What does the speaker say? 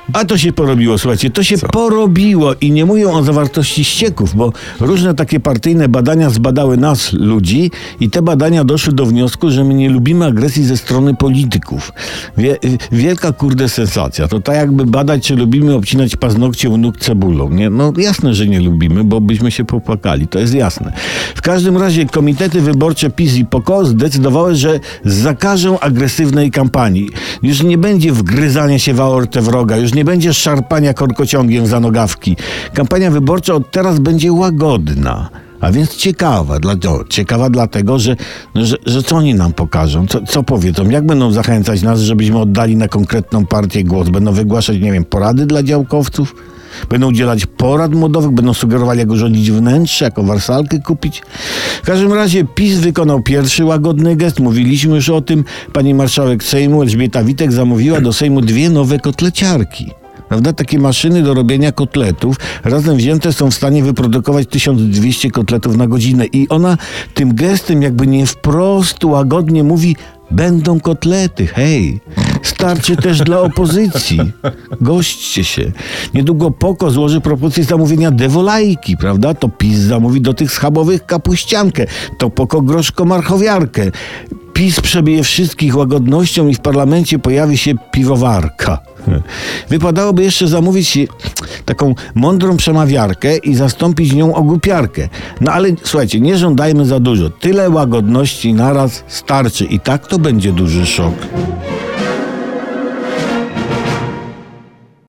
A to się porobiło, słuchajcie, to się porobiło i nie mówią o zawartości ścieków, bo różne takie partyjne badania zbadały nas, ludzi, i te badania doszły do wniosku, że my nie lubimy agresji ze strony polityków. Wielka kurde sensacja. To tak jakby badać, czy lubimy obcinać paznokcie u nóg cebulą, nie? No jasne, że nie lubimy, bo byśmy się popłakali, to jest jasne. W każdym razie komitety wyborcze PiS i PO zdecydowały, że zakażą agresywnej kampanii. Już nie będzie wgryzania się w aortę wroga, już nie będzie szarpania korkociągiem za nogawki. Kampania wyborcza od teraz będzie łagodna. A więc ciekawa. Ciekawa dlatego, że co oni nam pokażą? Co powiedzą? Jak będą zachęcać nas, żebyśmy oddali na konkretną partię głos? Będą wygłaszać, nie wiem, porady dla działkowców? Będą udzielać porad modowych? Będą sugerowali, jak urządzić wnętrze, jaką warsalkę kupić? W każdym razie PiS wykonał pierwszy łagodny gest. Mówiliśmy już o tym. Pani marszałek Sejmu Elżbieta Witek zamówiła do Sejmu 2 nowe kotleciarki. Prawda? Takie maszyny do robienia kotletów razem wzięte są w stanie wyprodukować 1200 kotletów na godzinę. I ona tym gestem jakby nie wprost łagodnie mówi: będą kotlety, hej, starczy też dla opozycji. Gośćcie się. Niedługo PO złoży propozycję zamówienia dewolajki, prawda? To PiS zamówi do tych schabowych kapuściankę, to PO groszko-marchowiarkę. PiS przebije wszystkich łagodnością i w parlamencie pojawi się piwowarka. Wypadałoby jeszcze zamówić taką mądrą przemawiarkę i zastąpić nią ogłupiarkę. No ale słuchajcie, nie żądajmy za dużo. Tyle łagodności naraz starczy i tak to będzie duży szok.